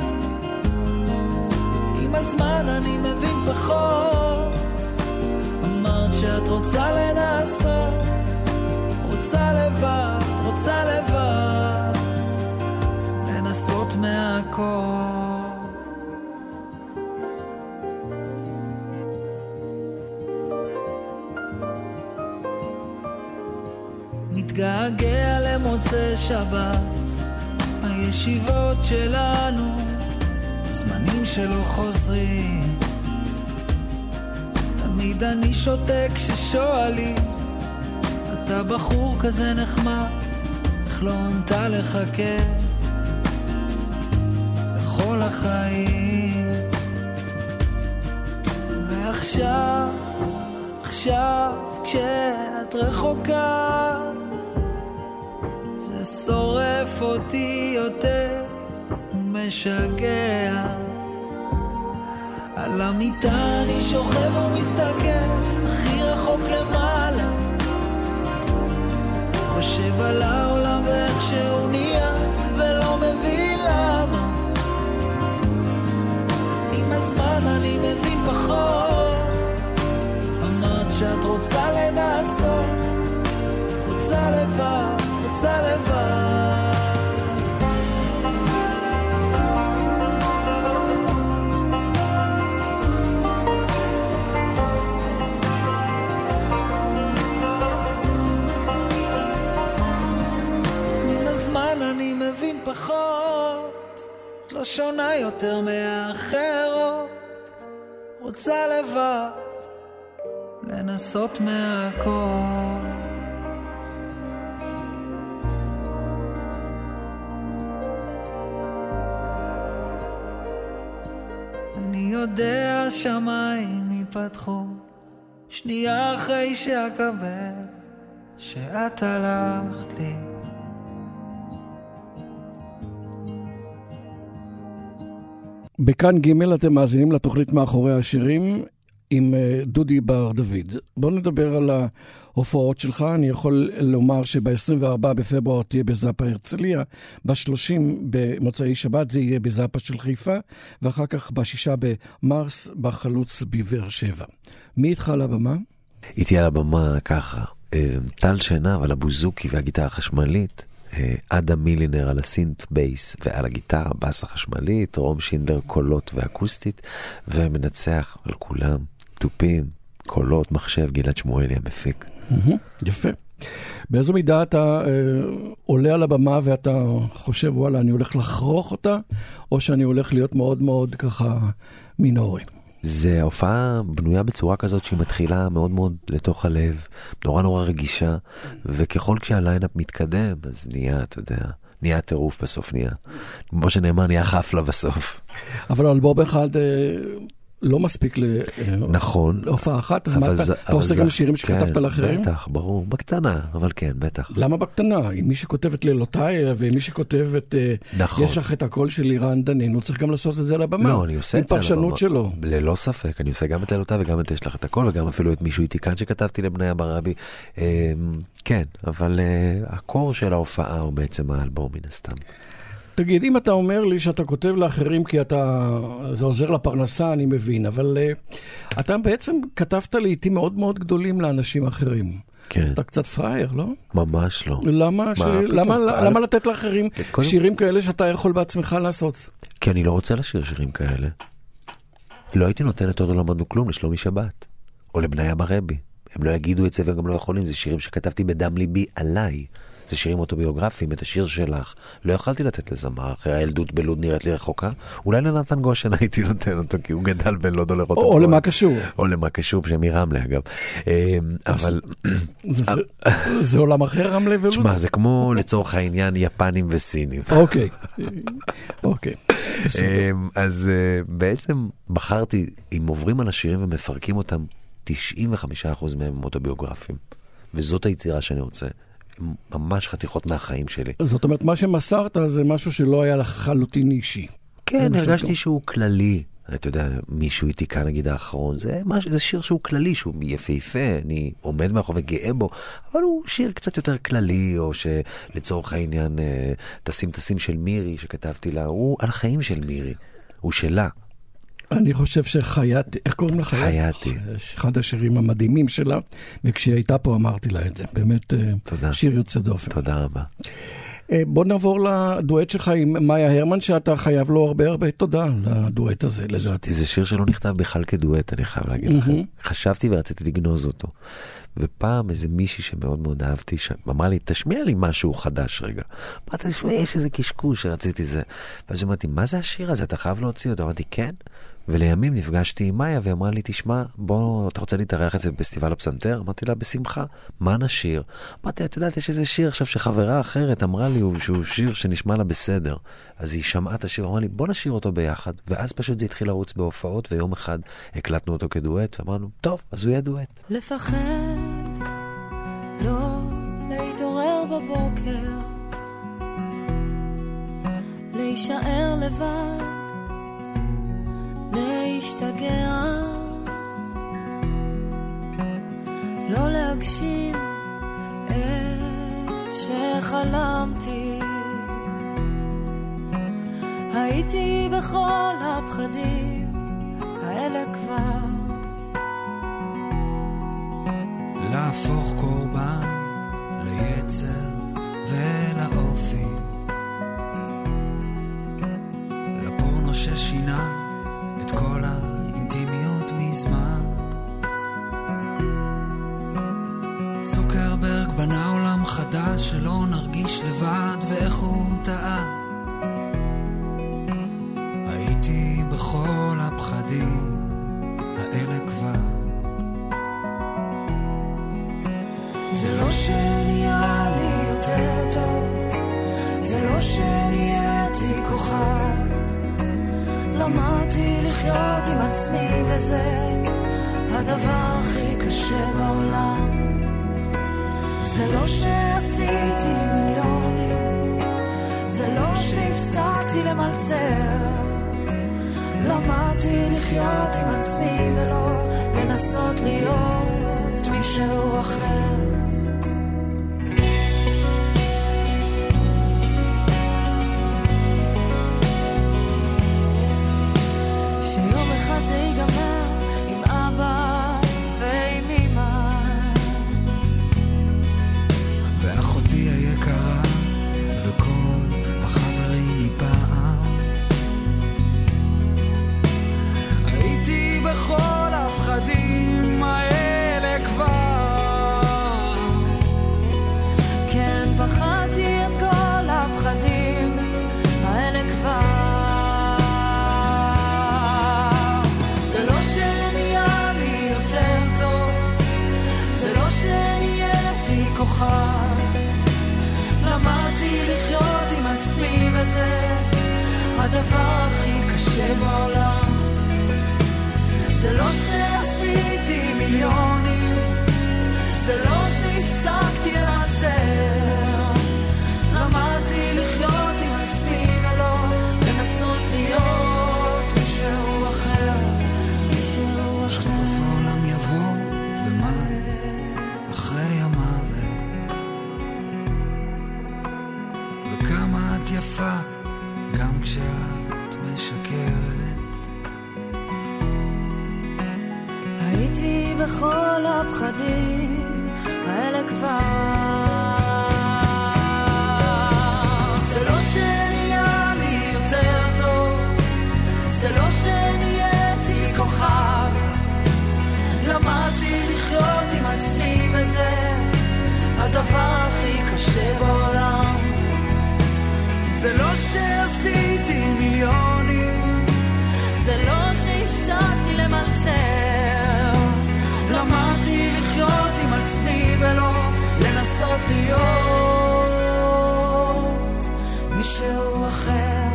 D: עם הזמן אני מבין פחות, אמרת שאת רוצה לנסות, רוצה לבד לנסות מהכל. מתגעגע למוצא שבת, הישיבות שלנו, זמנים שלא חוזרים. תמיד אני שותק כששואלים, אתה בחור כזה נחמד, איך לא ענתה לחכה לכל החיים. ועכשיו כשאת רחוקה, זה שורף אותי יותר ומשגע. על המיטה אני שוכב ומסתכל הכי רחוק למעלה, חושב על העולם ואיך שהוא נהיה ולא מבין למה. עם הזמן אני מבין פחות, שאת רוצה לנסות, רוצה לבד, רוצה לבד. עם הזמן אני מבין פחות, לא שונה יותר מהאחרות, רוצה לבד לנסות מהכל. אני יודע שמיים ייפתחו שנייה אחרי שאקבל שאת הלכת לי.
C: בכאן ג' אתם מאזינים לתוכנית מאחורי השירים עם דודי בר דוד. בואו נדבר על ההופעות שלך. אני יכול לומר שב-24 בפברואר תהיה בזאפה הרצליה, ב-30 במוצאי שבת זה יהיה בזאפה של חיפה, ואחר כך ב-6 במרס בחלוץ בבאר שבע. מי איתך על הבמה?
F: איתי על הבמה ככה, טל שינה על הבוזוקי והגיטרה החשמלית, אדם מילינר על הסינט בייס ועל הגיטרה הבאס החשמלית, רום שינדלר קולות ואקוסטית, ומנצח על כולם טופים, קולות, מחשב, גלעד שמואלי המפיק.
C: יפה. באיזו מידה אתה עולה על הבמה ואתה חושב וואלה אני הולך לחרוך אותה, או שאני הולך להיות מאוד מאוד ככה מינורי?
F: זה הופעה בנויה בצורה כזאת שהיא מתחילה מאוד מאוד לתוך הלב, נורא נורא רגישה, וככל כשהליינאפ מתקדם, אז נהיה, אתה יודע, נהיה טירוף בסוף, נהיה. כמו שנאמר, נהיה חפלה בסוף.
C: אבל אלבום אחד לא מספיק
F: נכון.
C: להופעה אחת, אז אתה עושה גם שירים שכתבת לאחרים?
F: בטח, ברור, בקטנה, אבל כן, בטח.
C: למה בקטנה? עם מי שכותב את לילותיי, ועם מי שכותב את יש לך את הקול של לירן דנין, הוא צריך גם לעשות את זה לבמה.
F: לא, אני עושה את זה
C: עם פרשנות שלו.
F: ללא ספק, אני עושה גם את לילותיי וגם את יש לך את הקול, וגם אפילו את מישהו איתי כאן שכתבתי לבניה ברבי. כן, אבל הקור של ההופעה הוא בעצם האלבום מן הסתם.
C: תגיד, אם אתה אומר לי שאתה כותב לאחרים כי זה עוזר לפרנסה, אני מבין, אבל אתה בעצם כתבת לעתים מאוד מאוד גדולים לאנשים אחרים.
F: כן.
C: אתה קצת פרייר, לא?
F: ממש לא.
C: למה לתת לאחרים שירים כאלה שאתה יכול בעצמך לעשות?
F: כי אני לא רוצה לשיר שירים כאלה. לא הייתי נותנת עוד למדנו כלום לשלומי שבת, או לבניה ברבי. הם לא יגידו את זה וגם לא יכולים, זה שירים שכתבתי בדם ליבי עליי. זה שירים אוטוביוגרפיים, את השיר שלך. לא יכלתי לתת לזמר, אחרי הילדות בלוד נראית לי רחוקה. אולי לנתן גושן הייתי נותן אותו, כי הוא גדל בין לוד או לרותם.
C: או למה קשור.
F: או למה קשור, שמרמלה אגב. אבל...
C: זה עולם אחר רמלה ולוד?
F: תשמע, זה כמו לצורך העניין יפנים וסינים.
C: אוקיי. אוקיי.
F: אז בעצם בחרתי, אם עוברים על השירים ומפרקים אותם, 95% מהם אוטוביוגרפיים. וזאת היצירה שאני רוצה. ממש חתיכות מהחיים שלי.
C: זאת אומרת, מה שמסרת זה משהו שלא היה לחלוטין אישי.
F: כן, הרגשתי שהוא כללי. אתה יודע, מישהו איתי כאן נגיד האחרון, זה שיר שהוא כללי, שהוא יפהפה, אני עומד מאחורי וגאה בו, אבל הוא שיר קצת יותר כללי, או שלצורך העניין תשים של מירי שכתבתי לה, הוא על החיים של מירי, הוא שלה.
C: אני חושב שחייתי, איך קוראים לה?
F: חייתי.
C: אחד השירים המדהימים שלה, וכשהיא הייתה פה אמרתי לה את זה. באמת שיר יוצא דופן.
F: תודה רבה.
C: בוא נעבור לדואט שלך עם מאיה הרמן, שאתה חייב לו הרבה תודה לדואט הזה, לדעתי.
F: זה שיר שלא נכתב בכלל כדואט, אני חייב להגיד לכם. חשבתי ורציתי לגנוז אותו. ופעם איזה מישהי שמאוד מאוד אהבתי, אמרה לי, תשמיע לי משהו חדש רגע. אמרתי, תשמיע, יש איזה קשקוש שרציתי זה. ואז אמרתי, מה זה השיר הזה? אתה חייב להוציא אותו. אמרתי, כן. ולימים נפגשתי עם מאיה ואמרה לי, תשמע, בוא, אתה רוצה להתארח את זה בפסטיבל הפסנתר? אמרתי לה, בשמחה. מה נשיר? אמרתי, את יודעת, יש איזה שיר עכשיו שחברה אחרת אמרה לי שהוא שיר שנשמע לה בסדר. אז היא שמעה את השיר, אמרה לי, בוא נשיר אותו ביחד. ואז פשוט זה התחיל לרוץ בהופעות, ויום אחד הקלטנו אותו כדואט, ואמרנו, טוב, אז הוא יהיה דואט.
G: לפחד, לא להתעורר בבוקר, להישאר לבד, להשתגע, לא להגשים את שחלמתי. הייתי בכל הפחדים האלה כבר,
H: להפוך קורבן ליצר ולאופי, לפורנו ששינה את כל האינטימיות מזמן. צוקרברג בנה עולם חדש שלא נרגיש לבד, ואיך הוא טעה. הייתי בכל הפחדים האלה כבר.
D: זה לא שנהיה לי יותר טוב, זה לא שנהייתי כוכב, למדתי לחיות עם עצמי וזה הדבר הכי קשה בעולם. זה לא שעשיתי מיליונים, זה לא שהפסקתי למלצר, למדתי לחיות עם עצמי ולא לנסות להיות מישהו אחר. שיום אחד זה ייגמר עם אבא ועם אמא
H: ואחותי היקרה וכל החברים מפעם. הייתי בכל הפחדים האלה כבר,
D: כן פחדתי את כל הפחדים האלה כבר. זה לא שנהיה לי יותר טוב, זה לא שנהייתי כוכב, למדתי לחיות עם עצמי וזה הדבר הכי קשה בעולם. זה לא שעשיתי מיליונים, זה לא שהפסקתי לנצר, למדתי לחיות עם עצמי ולא לנסות להיות מישהו אחר, מישהו אחר.
H: שסוף העולם יבוא ומה אחרי המוות, וכמה את יפה גם כשאת משקרת.
D: הייתי בכל הפחדים האלה כבר. זה לא שנהיה לי יותר טוב, זה לא שנהייתי כוכב, למדתי לחיות עם עצמי וזה הדבר הכי קשה בעולם. זה לא שעשיתי מיליונים, זה לא שהפסקתי למלצר, למדתי לחיות עם עצמי ולא לנסות להיות מישהו אחר,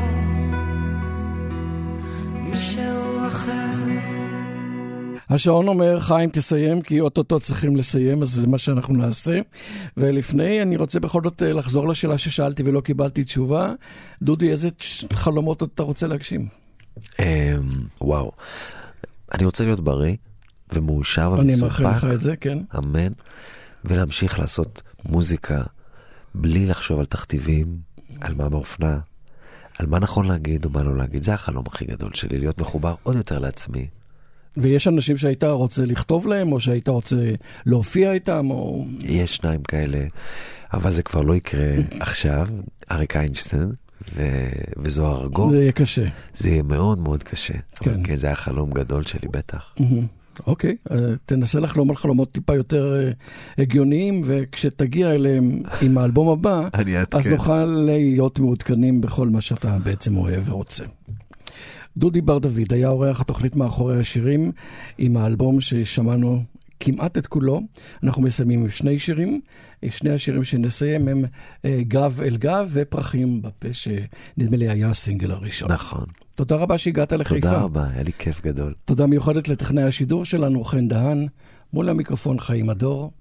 D: מישהו אחר.
C: השעון אומר, חיים תסיים, כי אוטוטו צריכים לסיים, אז זה מה שאנחנו נעשה. ולפני, אני רוצה בכל זאת לחזור לשאלה ששאלתי ולא קיבלתי תשובה. דודי, איזה חלומות אתה רוצה להגשים?
F: וואו. אני רוצה להיות בריא ומאושר ומסופק.
C: אני מאחל לך את זה, כן.
F: אמן. ולהמשיך לעשות מוזיקה בלי לחשוב על תכתיבים, על מה באופנה, על מה נכון להגיד או מה לא להגיד. זה החלום הכי גדול שלי, להיות מחובר עוד יותר לעצמי.
C: ויש אנשים שהיית רוצה לכתוב להם, או שהיית רוצה להופיע איתם, או...
F: יש שניים כאלה, אבל זה כבר לא יקרה עכשיו. אריק איינשטיין וזוהר ארגוב.
C: זה יהיה קשה.
F: זה יהיה מאוד מאוד קשה.
C: כן.
F: כן, זה היה חלום גדול שלי בטח.
C: אוקיי, תנסה לחלום על חלומות טיפה יותר הגיוניים, וכשתגיע אליהם עם האלבום הבא, אז נוכל להיות מעודכנים בכל מה שאתה בעצם אוהב ורוצה. דודי בר דוד היה אורח התוכנית מאחורי השירים, עם האלבום ששמענו כמעט את כולו. אנחנו מסיימים עם שני שירים. שני השירים שנסיים הם גב אל גב ופרחים בפה, שנדמה לי היה הסינגל הראשון.
F: נכון.
C: תודה רבה שהגעת לחיפה.
F: תודה רבה, היה לי כיף גדול.
C: תודה מיוחדת לטכנאי השידור שלנו, חן דהן, מול המיקרופון חיים מדור.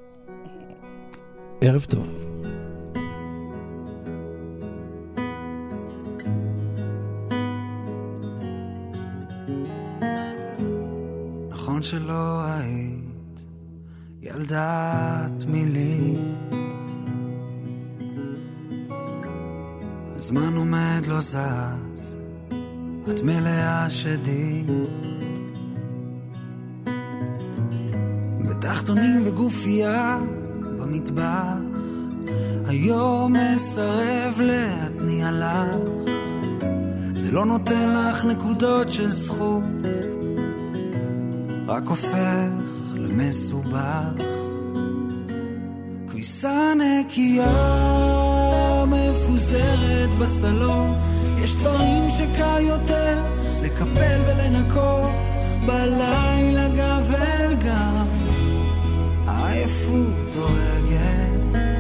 C: ערב טוב.
H: נכון שלא היית ילדת מילים, הזמן עומד לא זז, את מלאה שדים, בטח תחתונים וגופייה במטבח, היום מסרב להתניע לך, זה לא נותן לך נקודות של זכות, רק הופך למסובך. כביסה נקייה מפוזרת בסלון, יש דברים שקל יותר לקפל ולנקות, בלילה גב אל גב העייפות הורגת,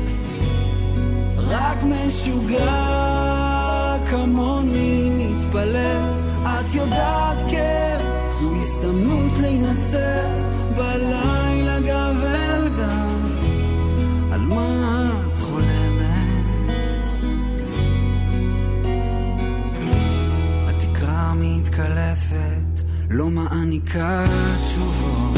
H: רק משוגע כמוני מתפלל, את יודעת כאב הוא הזדמנות להינצל, בלילה גב אל גב על מה את חולמת, התקרה מתקלפת לא מעניקה תשובות,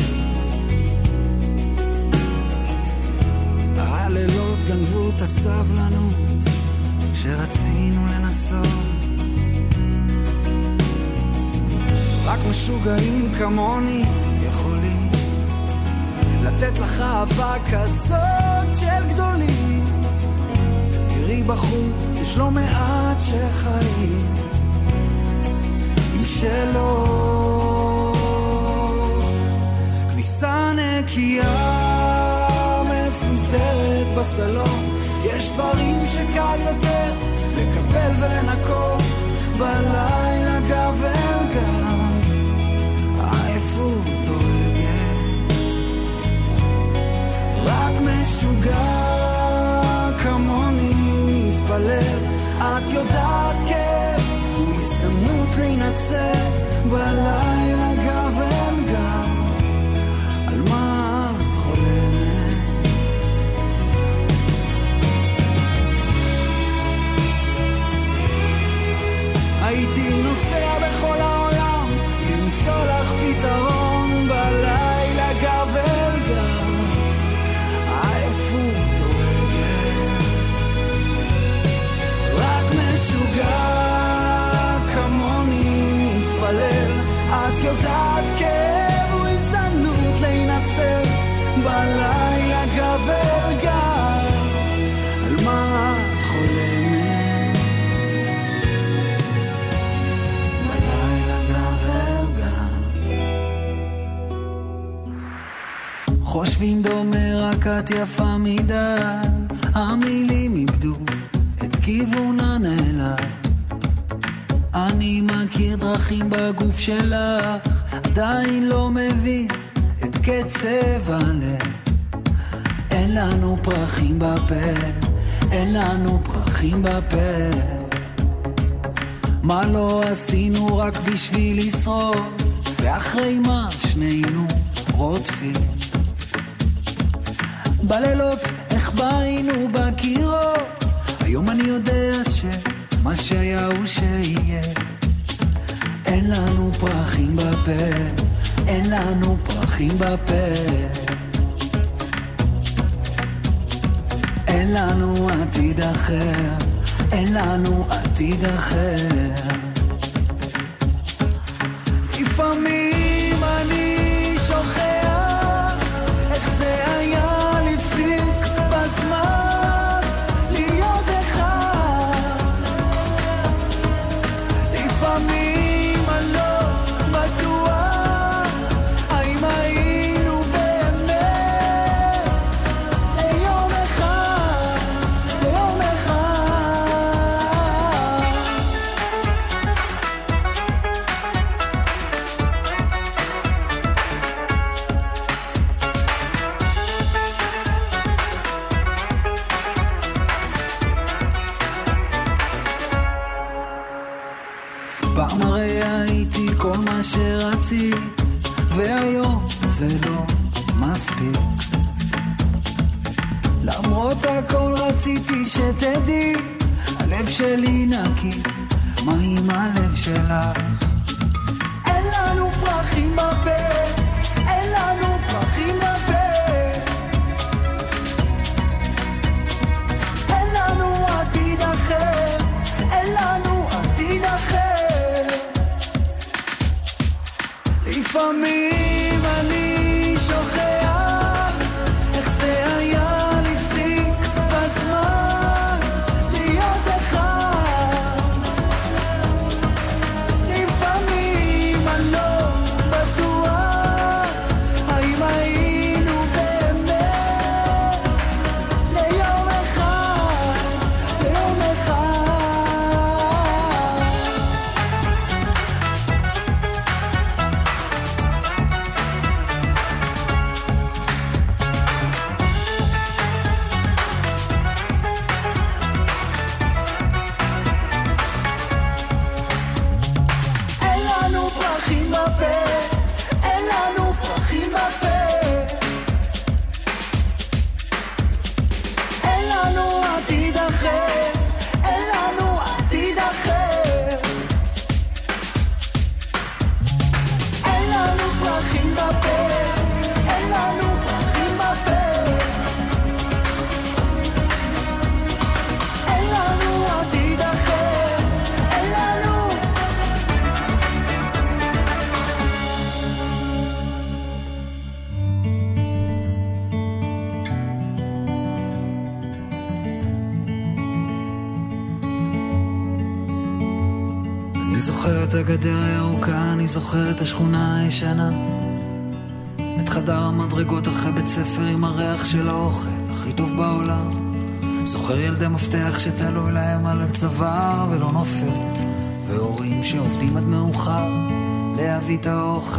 H: הלילות גנבו את הסבלנות שרצינו לנסות, רק משוגעים כמוני יכולים לתת לך אהבה כזאת של גדולים, תראי בחוץ יש לא מעט שחיים עם שאלות, כביסה נקייה מפוזרת בסלון, יש דברים שקל יותר לקבל ולנקות, בלילה גב אל גב העייפות הורגת, רק משוגע כמוני מתפלל, את יודעת כאב הוא הזדמנות להינצל, בלילה גב אל גב על מה את חולמת, הייתי נוסע בכל העולם למצוא לך פתרון, בלילה גב אל גב העייפות הורגת, רק משוגע כמוני מתפלל, את יודעת כאב הוא הזדמנות להינצל, בלילה גב אל גב על מה את חולמת, חושבים דומה רק את יפה מדי, המילים איבדו את כיוונן אליי, אני מכיר דרכים בגוף שלך, עדיין לא מבין את קצב הלב, אין לנו פרחים בפה, אין לנו פרחים בפה, מה לא עשינו רק בשביל לשרוד, ואחרי מה שנינו רודפים, בלילות איך בעינו בקירות, היום אני יודע שמה שהיה הוא שיהיה, אין לנו פרחים בפה, אין לנו פרחים בפה, אין לנו עתיד אחר, אין לנו עתיד אחר, לפעמים אני שוכח איך זה היה להפסיק בזמן להיות אחד, לפעמים אני לא בטוח האם היינו באמת ליום אחד, ליום אחד, פעם הרי הייתי כל מה שרצית, והיום זה לא מספיק, למרות הכל רציתי שתדעי, הלב שלי נקי, מה עם הלב שלך, אין לנו פרחים בפה, אין לנו פרחים בפה, אין לנו עתיד אחר, אין לנו עתיד אחר, לפעמים אני שוכח אני זוכר את הגדר הירוקה, אני זוכר את השכונה הישנה, את חדר המדרגות אחרי בית ספר עם הריח של האוכל הכי טוב בעולם. זוכר ילדי מפתח שתלוי להם על הצוואר ולא נופל, והורים שעובדים עד מאוחר להביא את האוכל.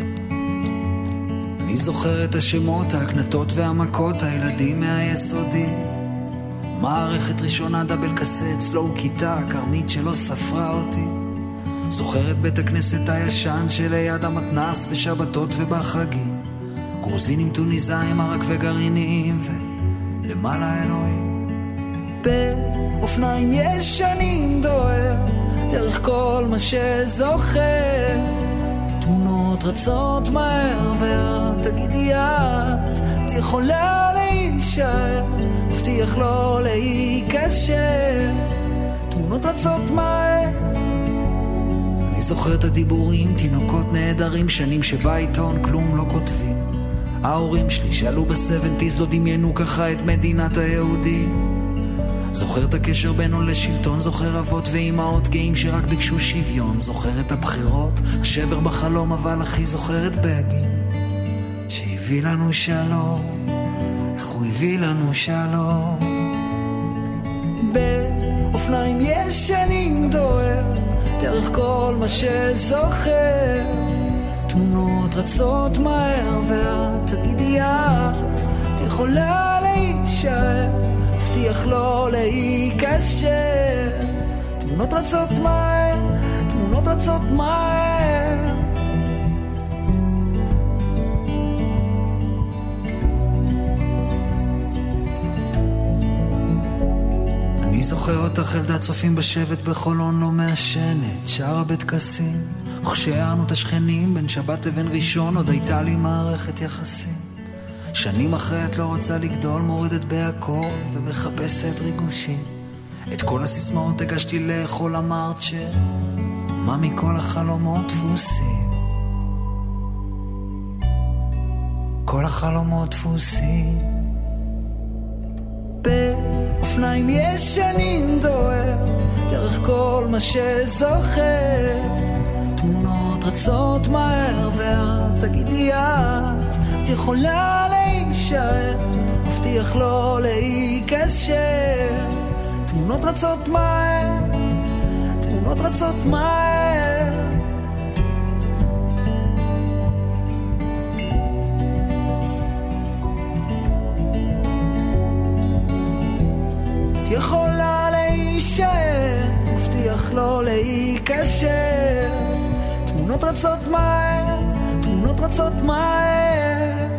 H: אני זוכר את השמות, ההקנטות והמכות, הילדים מהיסודי, מערכת ראשונה דאבל קסט, סלואו כיתה, קרמית שלא ספרה אותי. זוכר את בית הכנסת הישן שליד המתנס בשבתות ובחגים, גרוזינים, טוניסאים, ערק וגרעינים, ולמעלה אלוהים. באופניים ישנים דוהר דרך כל מה שזוכר, תמונות רצות מהר ותגידי את יכולה להישאר, מבטיח לא להיקשר, תמונות רצות מהר. אני זוכר את הדיבורים, תינוקות נהדרים, שנים שבעיתון כלום לא כותבים. ההורים שלי שעלו ב-70s לא דמיינו ככה את מדינת היהודים. זוכר את הקשר בינו לשלטון, זוכר אבות ואימהות גאים שרק ביקשו שוויון. זוכר את הבחירות, השבר בחלום, אבל הכי זוכר את בגין שהביא לנו שלום, איך הוא הביא לנו שלום. באופניים ישנים דוהר דרך כל מה שזוכר, תמונות רצות מהר ואת תגידי את יכולה להישאר, מבטיח לא להיקשר, תמונות רצות מהר, תמונות רצות מהר. אני זוכר אותך ילדת צופים בשבט בחולון לא מעשנת, שער הבית קסים, וכשהערנו את השכנים בין שבת לבין ראשון עוד הייתה לי מערכת יחסים. שנים אחרי את לא רוצה לגדול, מורדת בהכל ומחפשת ריגושים. את כל הסיסמאות הגשתי לאכול, אמרת מה מכל החלומות דפוסים, כל החלומות דפוסים. באופניים ישנים דוהר דרך כל מה שזוכר, תמונות רצות מהר ואת תגידי את יכולה להישאר, מבטיח לא להיקשר, תמונות רצות מהר, תמונות רצות מהר. את יכולה להישאר, מבטיח לא להיקשר, תמונות רצות מהר, תמונות רצות מהר.